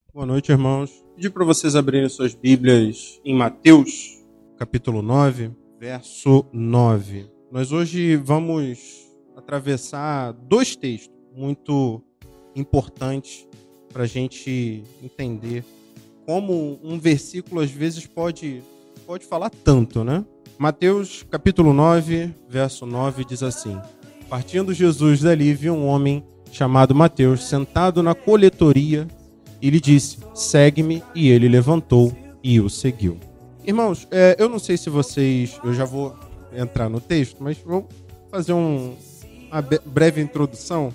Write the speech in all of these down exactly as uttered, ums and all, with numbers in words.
Boa noite, irmãos. Pedi para vocês abrirem suas Bíblias em Mateus, capítulo nove, verso nove. Nós hoje vamos atravessar dois textos muito importantes para a gente entender como um versículo às vezes pode, pode falar tanto, né? Mateus, capítulo nove, verso nove, diz assim: Partindo Jesus dali, viu um homem chamado Mateus sentado na coletoria e lhe disse: segue-me, e ele levantou e o seguiu. Irmãos, é, eu não sei se vocês... Eu já vou entrar no texto, mas vou fazer um, uma breve introdução.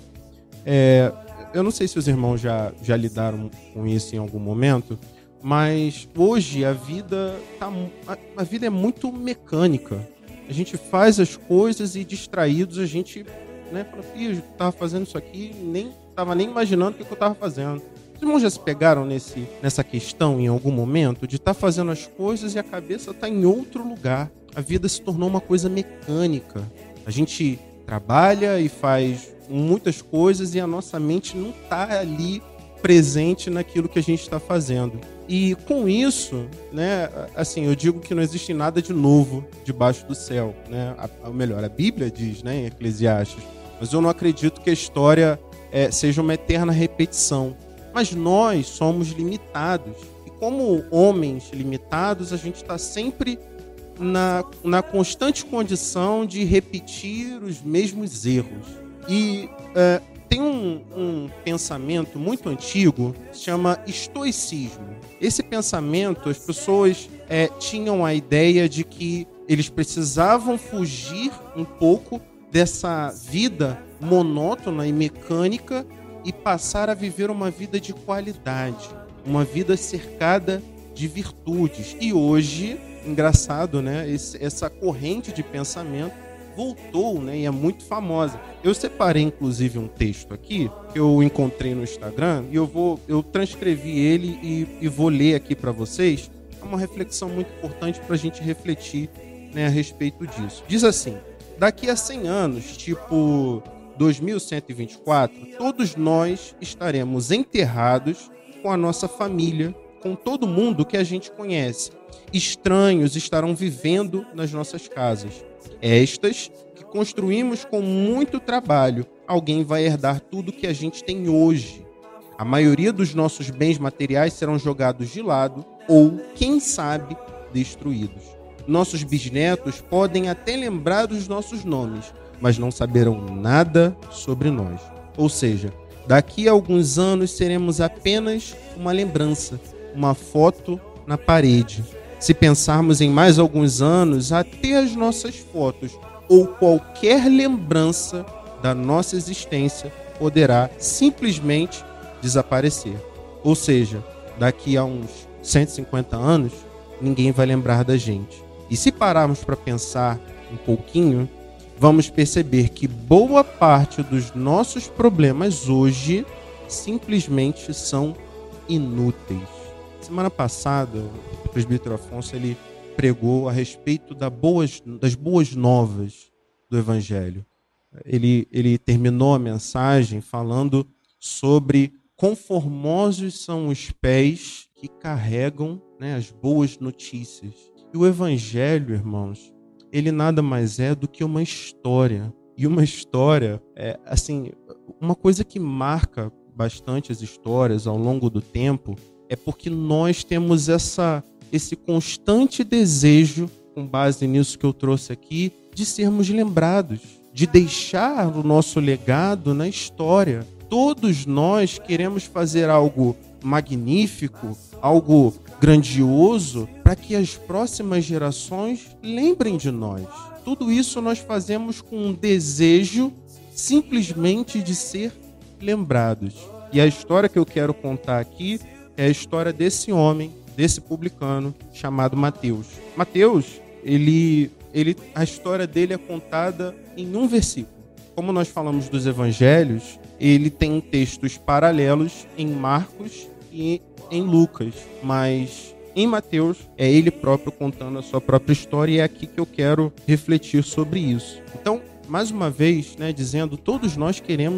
É, eu não sei se os irmãos já, já lidaram com isso em algum momento, mas hoje a vida, tá, a, a vida é muito mecânica. A gente faz as coisas e distraídos a gente, né, fala, Ih, eu tava fazendo isso aqui, nem tava nem imaginando o que eu tava fazendo. Os irmãos já se pegaram nesse, nessa questão em algum momento de estar tá fazendo as coisas e a cabeça está em outro lugar. A vida se tornou uma coisa mecânica. A gente trabalha e faz muitas coisas e a nossa mente não está ali presente naquilo que a gente está fazendo. E com isso, né, assim, eu digo que não existe nada de novo debaixo do céu, né? Ou melhor, a Bíblia diz, né, em Eclesiastes, mas eu não acredito que a história é, seja uma eterna repetição. Mas nós somos limitados. E como homens limitados, a gente está sempre na, na constante condição de repetir os mesmos erros. E é, tem um, um pensamento muito antigo que se chama estoicismo. Esse pensamento, as pessoas é, tinham a ideia de que eles precisavam fugir um pouco dessa vida monótona e mecânica e passar a viver uma vida de qualidade, uma vida cercada de virtudes. E hoje, engraçado, né? Esse, essa corrente de pensamento voltou, né? E é muito famosa. Eu separei, inclusive, um texto aqui que eu encontrei no Instagram e eu vou, eu transcrevi ele e, e vou ler aqui para vocês. É uma reflexão muito importante para a gente refletir, né, a respeito disso. Diz assim: daqui a cem anos, tipo dois mil cento e vinte e quatro, todos nós estaremos enterrados com a nossa família, com todo mundo que a gente conhece. Estranhos estarão vivendo nas nossas casas. Estas que construímos com muito trabalho. Alguém vai herdar tudo que a gente tem hoje. A maioria dos nossos bens materiais serão jogados de lado ou, quem sabe, destruídos. Nossos bisnetos podem até lembrar dos nossos nomes, mas não saberão nada sobre nós. Ou seja, daqui a alguns anos seremos apenas uma lembrança, uma foto na parede. Se pensarmos em mais alguns anos, até as nossas fotos ou qualquer lembrança da nossa existência poderá simplesmente desaparecer. Ou seja, daqui a uns cento e cinquenta anos, ninguém vai lembrar da gente. E se pararmos para pensar um pouquinho, vamos perceber que boa parte dos nossos problemas hoje simplesmente são inúteis. Semana passada, o presbítero Afonso ele pregou a respeito da boas, das boas novas do Evangelho. Ele, ele terminou a mensagem falando sobre conformosos são os pés que carregam, né, as boas notícias. E o Evangelho, irmãos, ele nada mais é do que uma história. E uma história, é, assim, uma coisa que marca bastante as histórias ao longo do tempo é porque nós temos essa, esse constante desejo, com base nisso que eu trouxe aqui, de sermos lembrados, de deixar o nosso legado na história. Todos nós queremos fazer algo magnífico, algo grandioso, para que as próximas gerações lembrem de nós. Tudo isso nós fazemos com um desejo simplesmente de ser lembrados. E a história que eu quero contar aqui é a história desse homem, desse publicano chamado Mateus. Mateus, ele, ele, a história dele é contada em um versículo. Como nós falamos dos evangelhos, ele tem textos paralelos em Marcos e em Lucas, mas em Mateus é ele próprio contando a sua própria história e é aqui que eu quero refletir sobre isso. Então, mais uma vez, né, dizendo, todos nós queremos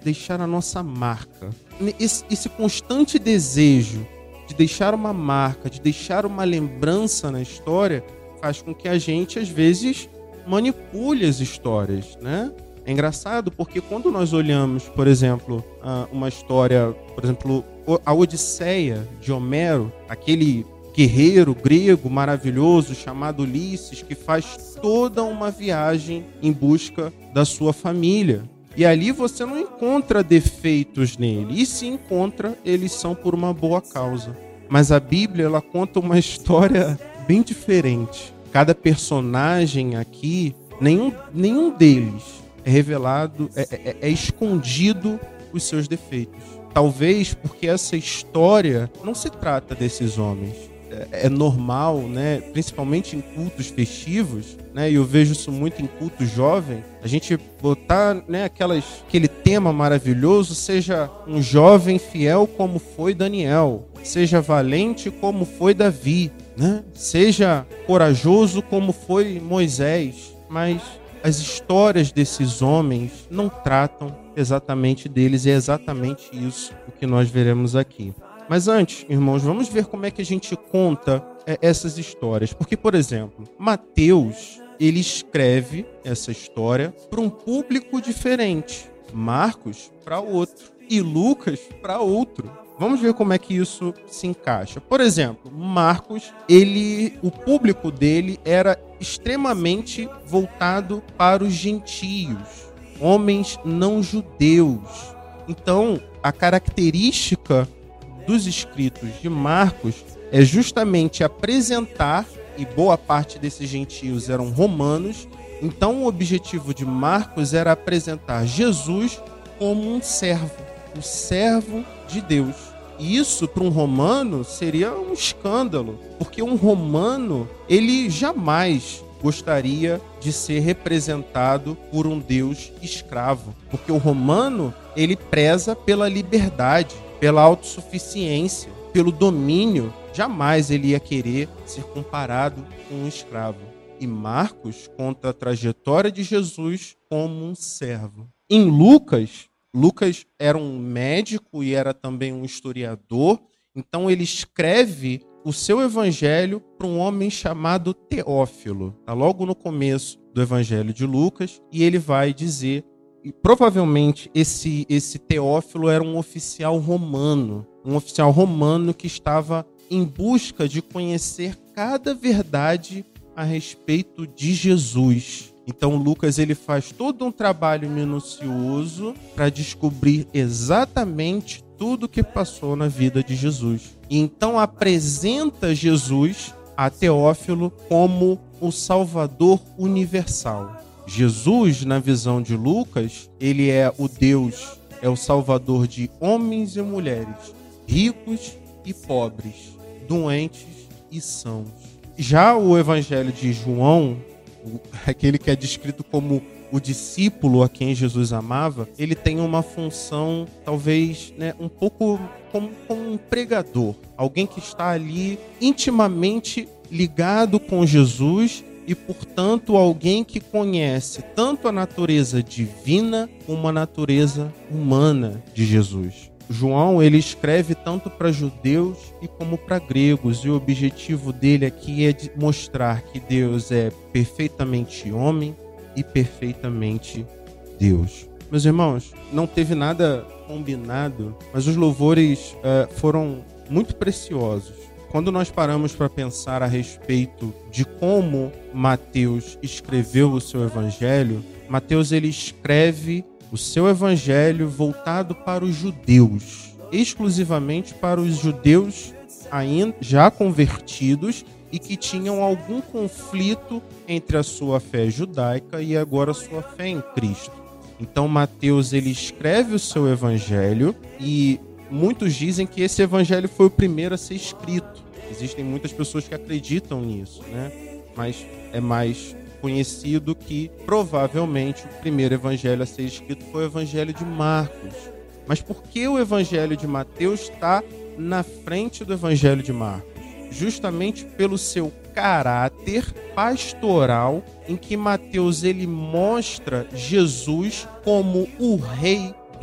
deixar a nossa marca. Esse, esse constante desejo de deixar uma marca, de deixar uma lembrança na história, faz com que a gente, às vezes, manipule as histórias, né? É engraçado porque quando nós olhamos, por exemplo, uma história, por exemplo, a Odisseia de Homero, aquele guerreiro grego maravilhoso chamado Ulisses, que faz toda uma viagem em busca da sua família. E ali você não encontra defeitos nele, e se encontra, eles são por uma boa causa. Mas a Bíblia, ela conta uma história bem diferente. Cada personagem aqui, nenhum, nenhum deles é revelado, é, é, é escondido os seus defeitos. Talvez porque essa história não se trata desses homens. É, é normal, né? Principalmente em cultos festivos, né? E eu vejo isso muito em culto jovem, a gente botar, né, aquelas, aquele tema maravilhoso, seja um jovem fiel como foi Daniel, seja valente como foi Davi, né? Seja corajoso como foi Moisés, mas as histórias desses homens não tratam exatamente deles, e é exatamente isso o que nós veremos aqui. Mas antes, irmãos, vamos ver como é que a gente conta é, essas histórias. Porque, por exemplo, Mateus, ele escreve essa história para um público diferente. Marcos para outro e Lucas para outro. Vamos ver como é que isso se encaixa. Por exemplo, Marcos, ele, o público dele era extremamente voltado para os gentios, homens não judeus. Então, a característica dos escritos de Marcos é justamente apresentar, e boa parte desses gentios eram romanos, então o objetivo de Marcos era apresentar Jesus como um servo, o servo de Deus. E isso, para um romano, seria um escândalo, porque um romano, ele jamais gostaria de ser representado por um Deus escravo, porque o romano, ele preza pela liberdade, pela autossuficiência, pelo domínio. Jamais ele ia querer ser comparado com um escravo. E Marcos conta a trajetória de Jesus como um servo. Em Lucas, Lucas era um médico e era também um historiador, então ele escreve o seu evangelho para um homem chamado Teófilo. Está logo no começo do evangelho de Lucas, e ele vai dizer, e provavelmente esse, esse Teófilo era um oficial romano, um oficial romano que estava em busca de conhecer cada verdade a respeito de Jesus. Então Lucas, ele faz todo um trabalho minucioso para descobrir exatamente tudo o que passou na vida de Jesus. E então apresenta Jesus a Teófilo como o Salvador universal. Jesus, na visão de Lucas, ele é o Deus, é o Salvador de homens e mulheres, ricos e pobres, doentes e sãos. Já o Evangelho de João, aquele que é descrito como o discípulo a quem Jesus amava, ele tem uma função, talvez, né, um pouco como, como um pregador. Alguém que está ali intimamente ligado com Jesus e, portanto, alguém que conhece tanto a natureza divina como a natureza humana de Jesus. João, ele escreve tanto para judeus e como para gregos, e o objetivo dele aqui é de mostrar que Deus é perfeitamente homem e perfeitamente Deus. Meus irmãos, não teve nada combinado, mas os louvores uh, foram muito preciosos. Quando nós paramos para pensar a respeito de como Mateus escreveu o seu evangelho, Mateus, ele escreve o seu evangelho voltado para os judeus, exclusivamente para os judeus ainda já convertidos e que tinham algum conflito entre a sua fé judaica e agora a sua fé em Cristo. Então Mateus, ele escreve o seu evangelho, e muitos dizem que esse evangelho foi o primeiro a ser escrito. Existem muitas pessoas que acreditam nisso, né? Mas é mais conhecido que provavelmente o primeiro evangelho a ser escrito foi o evangelho de Marcos. Mas por que o evangelho de Mateus está na frente do evangelho de Marcos? Justamente pelo seu caráter pastoral, em que Mateus, ele mostra Jesus como o rei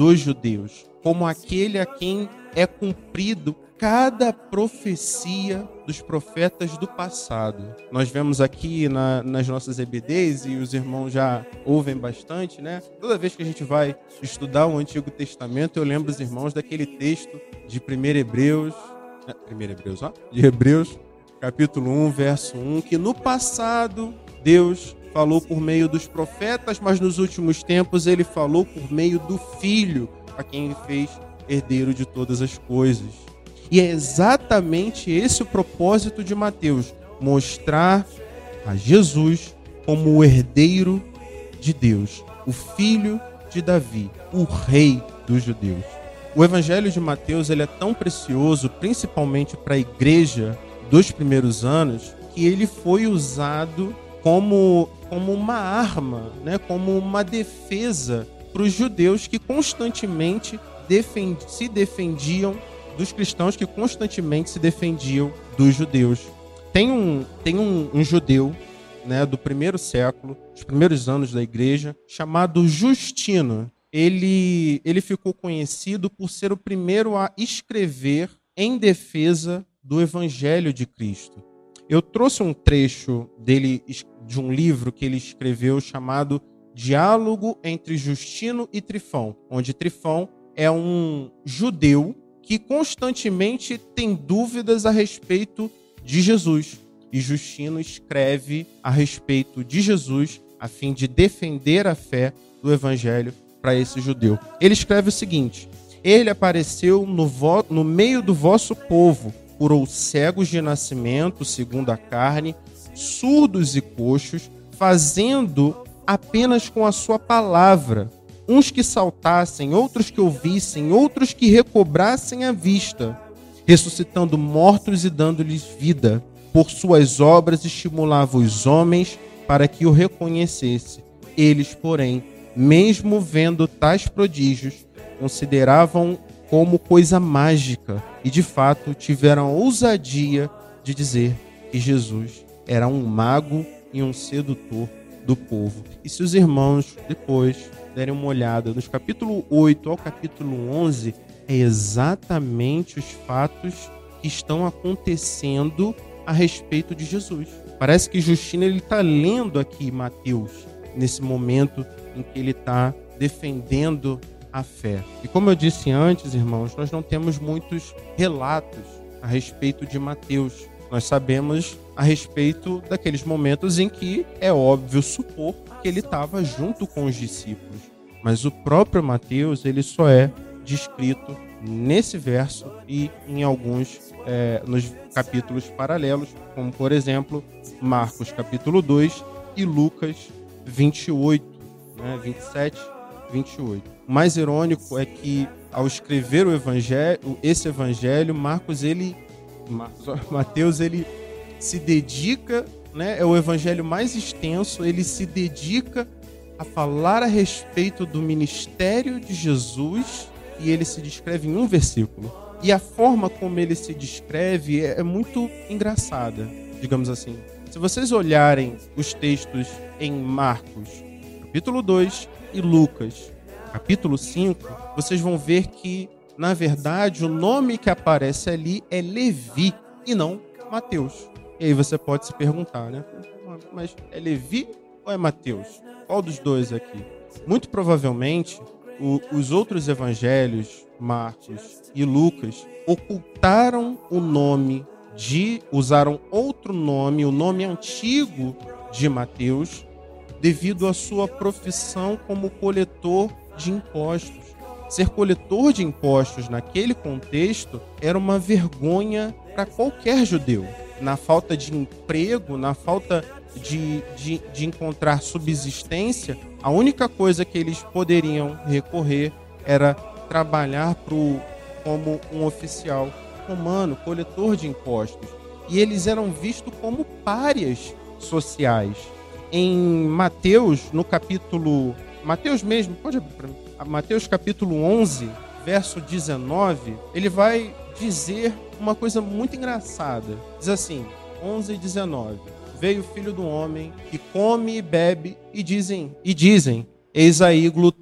dos judeus, como aquele a quem é cumprido cada profecia dos profetas do passado. Nós vemos aqui na, nas nossas E B Ds, e os irmãos já ouvem bastante, né? Toda vez que a gente vai estudar o Antigo Testamento, eu lembro os irmãos daquele texto de primeiro Hebreus, né? primeiro Hebreus, ó, de Hebreus, capítulo um, verso um, que no passado Deus falou por meio dos profetas, mas nos últimos tempos ele falou por meio do Filho, a quem ele fez herdeiro de todas as coisas. E é exatamente esse o propósito de Mateus, mostrar a Jesus como o herdeiro de Deus, o filho de Davi, o rei dos judeus. O evangelho de Mateus ele é tão precioso, principalmente para a igreja dos primeiros anos, que ele foi usado como, como uma arma, né? Como uma defesa para os judeus que constantemente defend, se defendiam dos cristãos que constantemente se defendiam dos judeus. Tem um, tem um, um judeu, né, do primeiro século, dos primeiros anos da igreja, chamado Justino. Ele, ele ficou conhecido por ser o primeiro a escrever em defesa do Evangelho de Cristo. Eu trouxe um trecho dele, de um livro que ele escreveu chamado Diálogo entre Justino e Trifão, onde Trifão é um judeu que constantemente tem dúvidas a respeito de Jesus. E Justino escreve a respeito de Jesus a fim de defender a fé do evangelho para esse judeu. Ele escreve o seguinte: ele apareceu no, vo- no meio do vosso povo, curou cegos de nascimento, segundo a carne, surdos e coxos, fazendo apenas com a sua palavra, uns que saltassem, outros que ouvissem, outros que recobrassem a vista, ressuscitando mortos e dando-lhes vida. Por suas obras estimulava os homens para que o reconhecesse. Eles, porém, mesmo vendo tais prodígios, consideravam como coisa mágica e, de fato, tiveram a ousadia de dizer que Jesus era um mago e um sedutor do povo. E se os irmãos depois derem uma olhada nos capítulo oito ao capítulo onze, é exatamente os fatos que estão acontecendo a respeito de Jesus. Parece que Justino está lendo aqui Mateus, nesse momento em que ele está defendendo a fé. E como eu disse antes, irmãos, nós não temos muitos relatos a respeito de Mateus. Nós sabemos a respeito daqueles momentos em que é óbvio supor que ele estava junto com os discípulos. Mas o próprio Mateus, ele só é descrito nesse verso e em alguns é, nos capítulos paralelos, como por exemplo Marcos capítulo dois e Lucas vinte e oito, né, vinte e sete, vinte e oito. O mais irônico é que ao escrever o evangelho, esse evangelho, Marcos ele Marcos, Mateus ele se dedica, né, é o evangelho mais extenso, ele se dedica a falar a respeito do ministério de Jesus e ele se descreve em um versículo. E a forma como ele se descreve é muito engraçada, digamos assim. Se vocês olharem os textos em Marcos, capítulo dois, e Lucas, capítulo cinco, vocês vão ver que, na verdade, o nome que aparece ali é Levi e não Mateus. E aí você pode se perguntar, né? Mas é Levi ou é Mateus? Qual dos dois aqui? Muito provavelmente, o, os outros evangelhos, Marcos e Lucas, ocultaram o nome de... usaram outro nome, o nome antigo de Mateus, devido à sua profissão como coletor de impostos. Ser coletor de impostos naquele contexto era uma vergonha para qualquer judeu. Na falta de emprego, na falta de, de, de encontrar subsistência, a única coisa que eles poderiam recorrer era trabalhar pro, como um oficial romano, coletor de impostos. E eles eram vistos como párias sociais. Em Mateus, no capítulo... Mateus mesmo, pode abrir para mim. Mateus capítulo onze, verso dezenove, ele vai dizer uma coisa muito engraçada. Diz assim, onze e dezenove. Veio o filho do homem que come e bebe e dizem, e dizem, eis aí glutão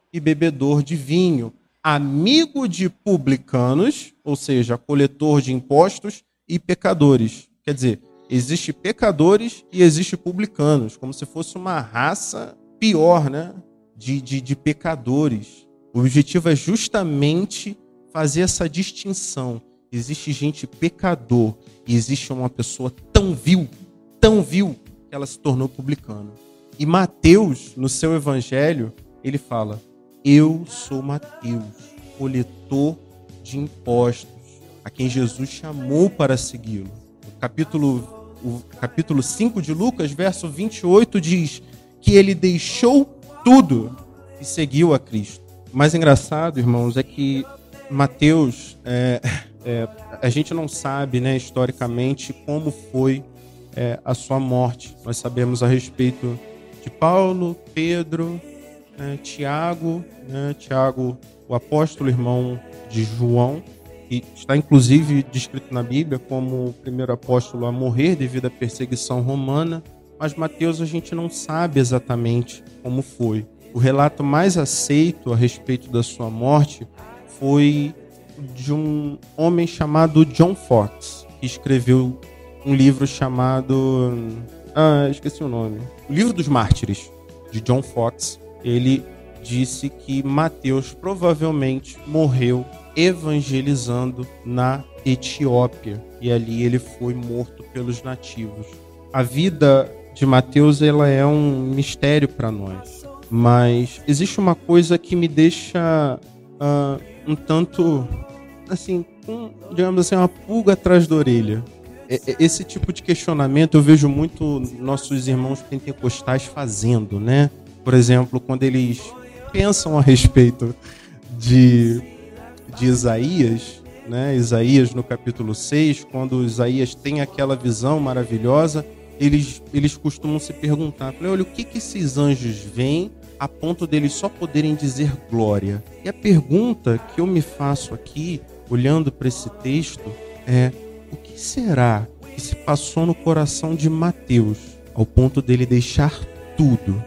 e bebedor de vinho, amigo de publicanos, ou seja, coletor de impostos, e pecadores. Quer dizer, existe pecadores e existe publicanos, como se fosse uma raça pior, né? De, de, de pecadores. O objetivo é justamente fazer essa distinção. Existe gente pecador e existe uma pessoa tão vil, tão vil, que ela se tornou publicana. E Mateus, no seu evangelho, ele fala: eu sou Mateus, coletor de impostos, a quem Jesus chamou para segui-lo. O capítulo, o capítulo cinco de Lucas, verso vinte e oito, diz que ele deixou tudo e seguiu a Cristo. O mais engraçado, irmãos, é que Mateus, é, é, a gente não sabe, né, historicamente, como foi é, a sua morte. Nós sabemos a respeito de Paulo, Pedro, é, Tiago, né, Tiago, o apóstolo, irmão de João, que está inclusive descrito na Bíblia como o primeiro apóstolo a morrer devido à perseguição romana, mas Mateus a gente não sabe exatamente como foi. O relato mais aceito a respeito da sua morte foi de um homem chamado John Fox, que escreveu um livro chamado... Ah, esqueci o nome. O Livro dos Mártires, de John Fox. Ele disse que Mateus provavelmente morreu evangelizando na Etiópia, e ali ele foi morto pelos nativos. A vida de Mateus, ela é um mistério para nós, mas existe uma coisa que me deixa uh, um tanto, assim, um, digamos assim, uma pulga atrás da orelha. Esse tipo de questionamento eu vejo muito nossos irmãos pentecostais fazendo, né? Por exemplo, quando eles pensam a respeito de, de Isaías, né? Isaías no capítulo seis, quando Isaías tem aquela visão maravilhosa, eles, eles costumam se perguntar, olha, o que, que esses anjos veem a ponto deles só poderem dizer glória? E a pergunta que eu me faço aqui, olhando para esse texto, é: o que será que se passou no coração de Mateus ao ponto dele deixar tudo,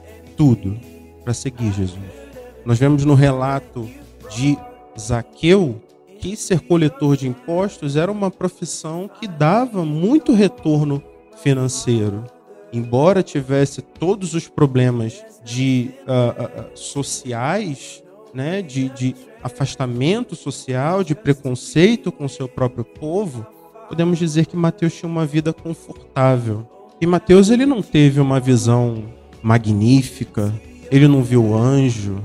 tudo, para seguir Jesus? Nós vemos no relato de Zaqueu que ser coletor de impostos era uma profissão que dava muito retorno financeiro. Embora tivesse todos os problemas de, uh, uh, sociais, né, de, de afastamento social, de preconceito com seu próprio povo, podemos dizer que Mateus tinha uma vida confortável. E Mateus, ele não teve uma visão magnífica, ele não viu anjo,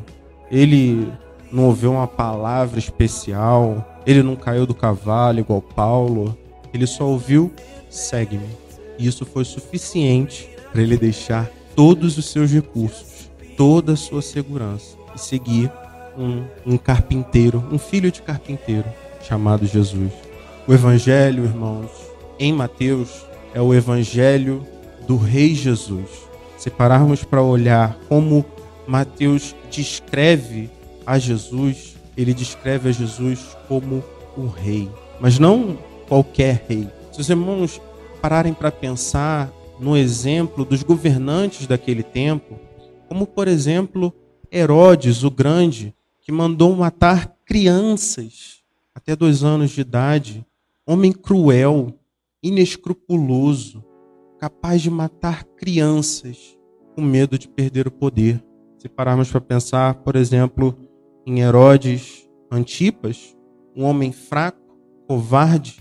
ele não ouviu uma palavra especial, ele não caiu do cavalo igual Paulo, ele só ouviu: segue-me. E isso foi suficiente para ele deixar todos os seus recursos, toda a sua segurança e seguir um, um carpinteiro, um filho de carpinteiro chamado Jesus. O evangelho, irmãos, em Mateus é o evangelho do Rei Jesus. Se pararmos para olhar como Mateus descreve a Jesus, ele descreve a Jesus como o rei, mas não qualquer rei. Se os irmãos pararem para pensar no exemplo dos governantes daquele tempo, como por exemplo Herodes o Grande, que mandou matar crianças até dois anos de idade, homem cruel, inescrupuloso, capaz de matar crianças com medo de perder o poder. Se pararmos para pensar, por exemplo, em Herodes Antipas, um homem fraco, covarde,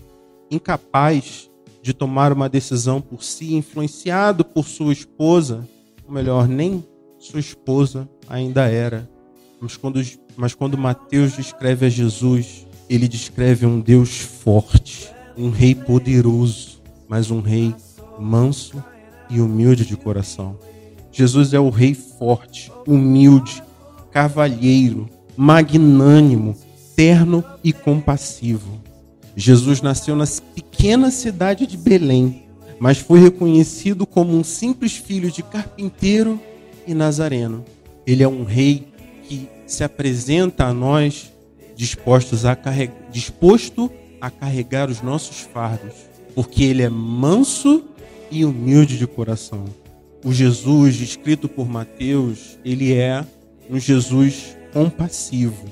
incapaz de tomar uma decisão por si, influenciado por sua esposa, ou melhor, nem sua esposa ainda era. Mas quando, mas quando Mateus descreve a Jesus, ele descreve um Deus forte, um rei poderoso, mas um rei manso e humilde de coração. Jesus é o rei forte, humilde, cavalheiro, magnânimo, terno e compassivo. Jesus nasceu na pequena cidade de Belém, mas foi reconhecido como um simples filho de carpinteiro e nazareno. Ele é um rei que se apresenta a nós dispostos a carreg... disposto a carregar os nossos fardos, porque ele é manso e humilde de coração. O Jesus descrito por Mateus, ele é um Jesus compassivo,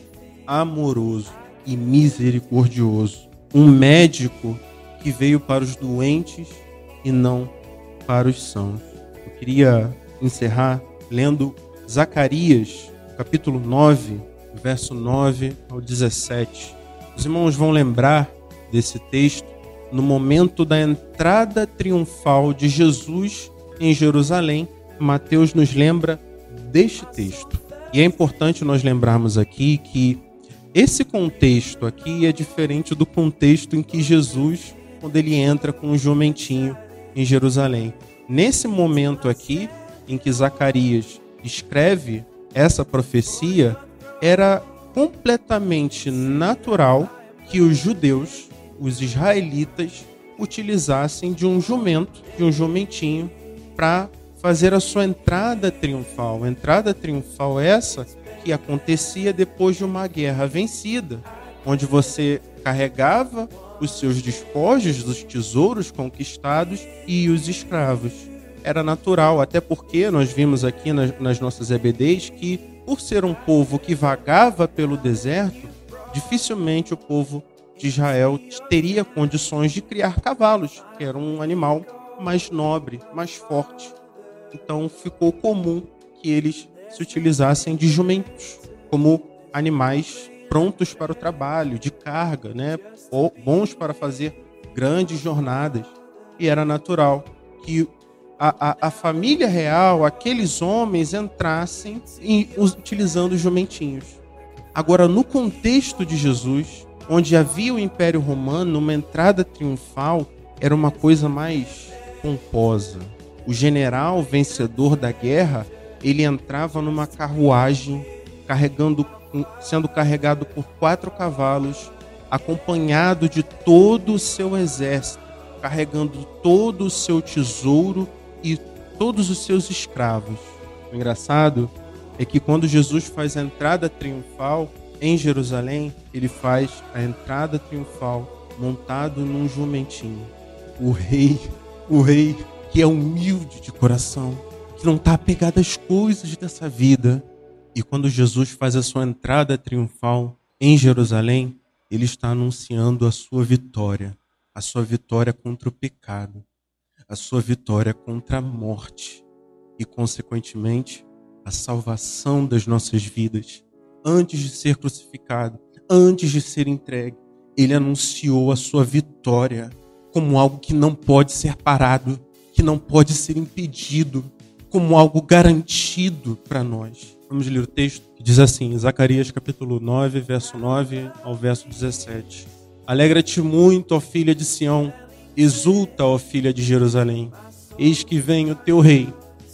amoroso e misericordioso. Um médico que veio para os doentes e não para os sãos. Eu queria encerrar lendo Zacarias, capítulo nove, verso nove ao dezessete. Os irmãos vão lembrar desse texto no momento da entrada triunfal de Jesus em Jerusalém. Mateus nos lembra deste texto. E é importante nós lembrarmos aqui que esse contexto aqui é diferente do contexto em que Jesus, quando ele entra com o jumentinho em Jerusalém. Nesse momento aqui, em que Zacarias escreve essa profecia, era completamente natural que os judeus, os israelitas, utilizassem de um jumento, de um jumentinho, para fazer a sua entrada triunfal. A entrada triunfal essa que acontecia depois de uma guerra vencida, onde você carregava os seus despojos dos tesouros conquistados e os escravos. Era natural, até porque nós vimos aqui nas, nas nossas E B Ds que, por ser um povo que vagava pelo deserto, dificilmente o povo de Israel teria condições de criar cavalos, que era um animal mais nobre, mais forte. Então ficou comum que eles se utilizassem de jumentos como animais prontos para o trabalho, de carga, né? Bons para fazer grandes jornadas. E era natural que a, a, a família real, aqueles homens, entrassem em, utilizando os jumentinhos. Agora, no contexto de Jesus, onde havia o Império Romano, uma entrada triunfal era uma coisa mais pomposa. O general vencedor da guerra, ele entrava numa carruagem, carregando, sendo carregado por quatro cavalos, acompanhado de todo o seu exército, carregando todo o seu tesouro e todos os seus escravos. O engraçado é que quando Jesus faz a entrada triunfal em Jerusalém, ele faz a entrada triunfal montado num jumentinho. O rei, o rei que é humilde de coração, que não está apegado às coisas dessa vida. E quando Jesus faz a sua entrada triunfal em Jerusalém, ele está anunciando a sua vitória, a sua vitória contra o pecado, a sua vitória contra a morte e, consequentemente, a salvação das nossas vidas. Antes de ser crucificado, antes de ser entregue, ele anunciou a sua vitória como algo que não pode ser parado, que não pode ser impedido, como algo garantido para nós. Vamos ler o texto que diz assim, Zacarias capítulo nove, verso nove ao verso dezessete. Alegra-te muito, ó filha de Sião, exulta, ó filha de Jerusalém. Eis que vem o teu rei,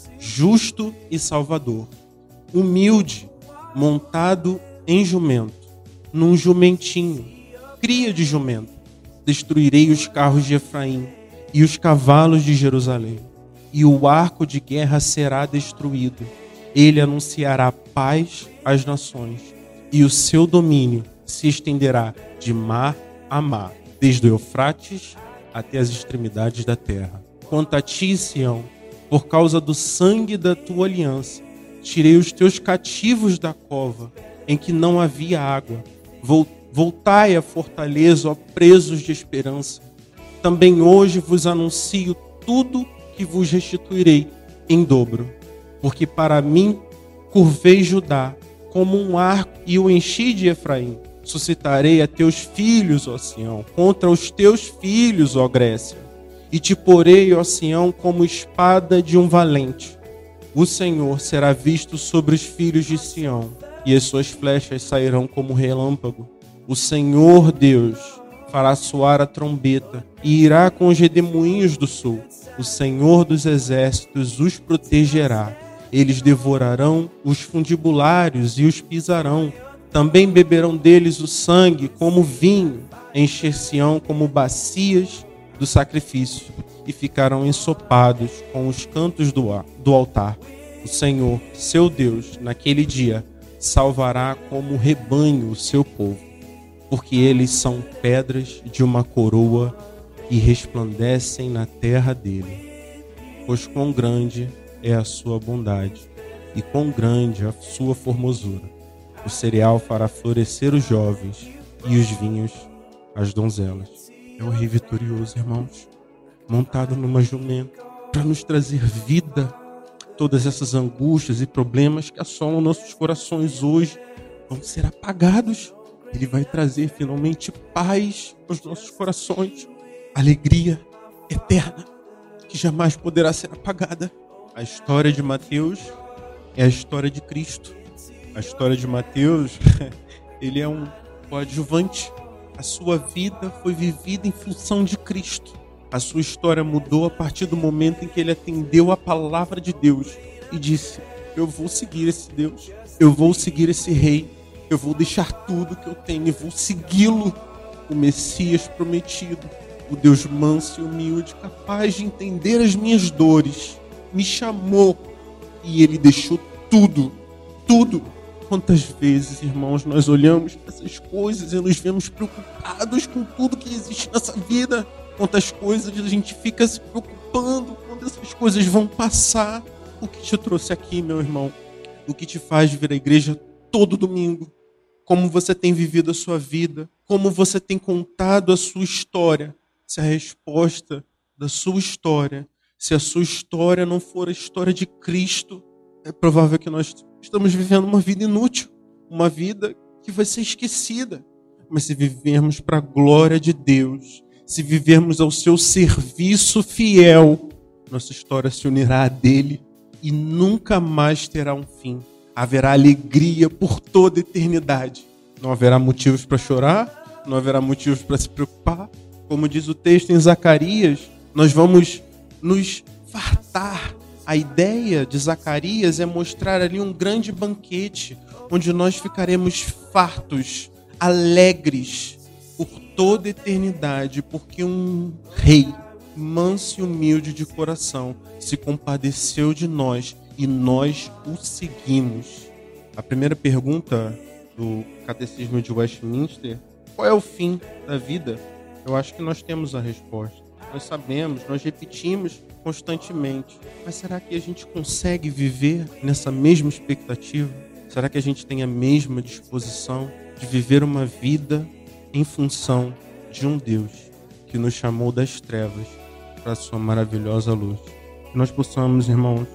justo e salvador, humilde, montado em jumento, num jumentinho, cria de jumento. Destruirei os carros de Efraim e os cavalos de Jerusalém, e o arco de guerra será destruído. Ele anunciará paz às nações, e o seu domínio se estenderá de mar a mar, desde o Eufrates até as extremidades da terra. Quanto a ti, Sião, por causa do sangue da tua aliança, tirei os teus cativos da cova, em que não havia água. Voltai à fortaleza, ó presos de esperança. Também hoje vos anuncio tudo que vos restituirei em dobro. Porque para mim curvei Judá como um arco e o enchi de Efraim. Suscitarei a teus filhos, ó Sião, contra os teus filhos, ó Grécia. E te porei, ó Sião, como espada de um valente. O Senhor será visto sobre os filhos de Sião, e as suas flechas sairão como relâmpago. O Senhor Deus fará soar a trombeta e irá com os redemoinhos do sul. O Senhor dos exércitos os protegerá. Eles devorarão os fundibulários e os pisarão. Também beberão deles o sangue como vinho, encher-se-ão como bacias do sacrifício e ficarão ensopados com os cantos do, ar, do altar. O Senhor, seu Deus, naquele dia, salvará como rebanho o seu povo, porque eles são pedras de uma coroa que resplandecem na terra dele. Pois quão grande é a sua bondade e quão grande a sua formosura. O cereal fará florescer os jovens e os vinhos as donzelas. É o rei vitorioso, irmãos, montado numa jumenta, para nos trazer vida. Todas essas angústias e problemas que assolam nossos corações hoje vão ser apagados. Ele vai trazer finalmente paz aos nossos corações, alegria eterna que jamais poderá ser apagada. A história de Mateus é a história de Cristo. A história de Mateus, ele é um coadjuvante. A sua vida foi vivida em função de Cristo. A sua história mudou a partir do momento em que ele atendeu a palavra de Deus e disse: eu vou seguir esse Deus, eu vou seguir esse rei, eu vou deixar tudo que eu tenho e vou segui-lo. O Messias prometido, o Deus manso e humilde, capaz de entender as minhas dores, me chamou e ele deixou tudo, tudo. Quantas vezes, irmãos, nós olhamos para essas coisas e nos vemos preocupados com tudo que existe nessa vida. Quantas coisas a gente fica se preocupando quando essas coisas vão passar. O que te trouxe aqui, meu irmão? O que te faz vir à igreja todo domingo? Como você tem vivido a sua vida? Como você tem contado a sua história? Se a resposta da sua história, se a sua história não for a história de Cristo, é provável que nós estamos vivendo uma vida inútil, uma vida que vai ser esquecida. Mas se vivermos para a glória de Deus, se vivermos ao seu serviço fiel, nossa história se unirá a dele e nunca mais terá um fim. Haverá alegria por toda a eternidade. Não haverá motivos para chorar, não haverá motivos para se preocupar. Como diz o texto em Zacarias, nós vamos nos fartar. A ideia de Zacarias é mostrar ali um grande banquete, onde nós ficaremos fartos, alegres, por toda a eternidade, porque um rei manso e humilde de coração se compadeceu de nós e nós o seguimos. A primeira pergunta do Catecismo de Westminster: qual é o fim da vida? Eu acho que nós temos a resposta. Nós sabemos, nós repetimos constantemente. Mas será que a gente consegue viver nessa mesma expectativa? Será que a gente tem a mesma disposição de viver uma vida em função de um Deus que nos chamou das trevas para a sua maravilhosa luz? Que nós possamos, irmãos,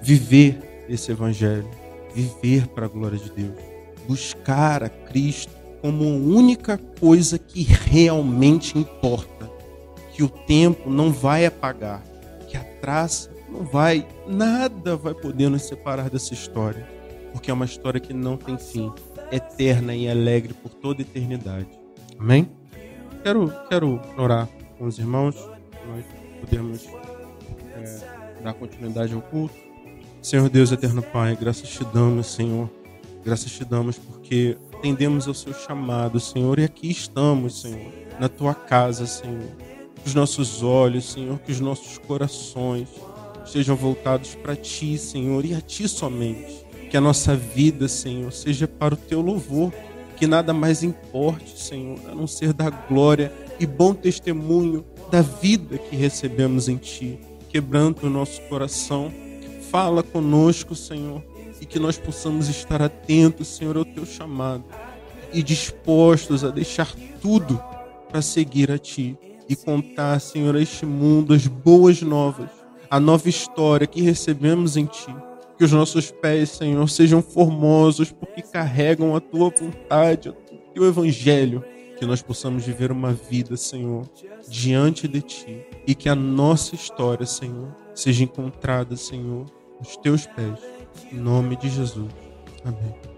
viver esse evangelho, viver para a glória de Deus, buscar a Cristo como a única coisa que realmente importa, que o tempo não vai apagar, que a traça não vai, nada vai poder nos separar dessa história, porque é uma história que não tem fim, eterna e alegre por toda a eternidade. Amém? Quero, quero orar com os irmãos, nós podemos é, dar continuidade ao culto. Senhor Deus, eterno Pai, graças te damos, Senhor. Graças te damos porque atendemos ao seu chamado, Senhor, e aqui estamos, Senhor, na tua casa, Senhor. Que os nossos olhos, Senhor, que os nossos corações estejam voltados para ti, Senhor, e a ti somente. Que a nossa vida, Senhor, seja para o teu louvor. Que nada mais importe, Senhor, a não ser da glória e bom testemunho da vida que recebemos em ti. Quebranta o nosso coração. Fala conosco, Senhor, e que nós possamos estar atentos, Senhor, ao teu chamado e dispostos a deixar tudo para seguir a ti e contar, Senhor, a este mundo as boas novas, a nova história que recebemos em ti. Que os nossos pés, Senhor, sejam formosos porque carregam a tua vontade, o teu evangelho. Que nós possamos viver uma vida, Senhor, diante de ti. E que a nossa história, Senhor, seja encontrada, Senhor, nos teus pés. Em nome de Jesus. Amém.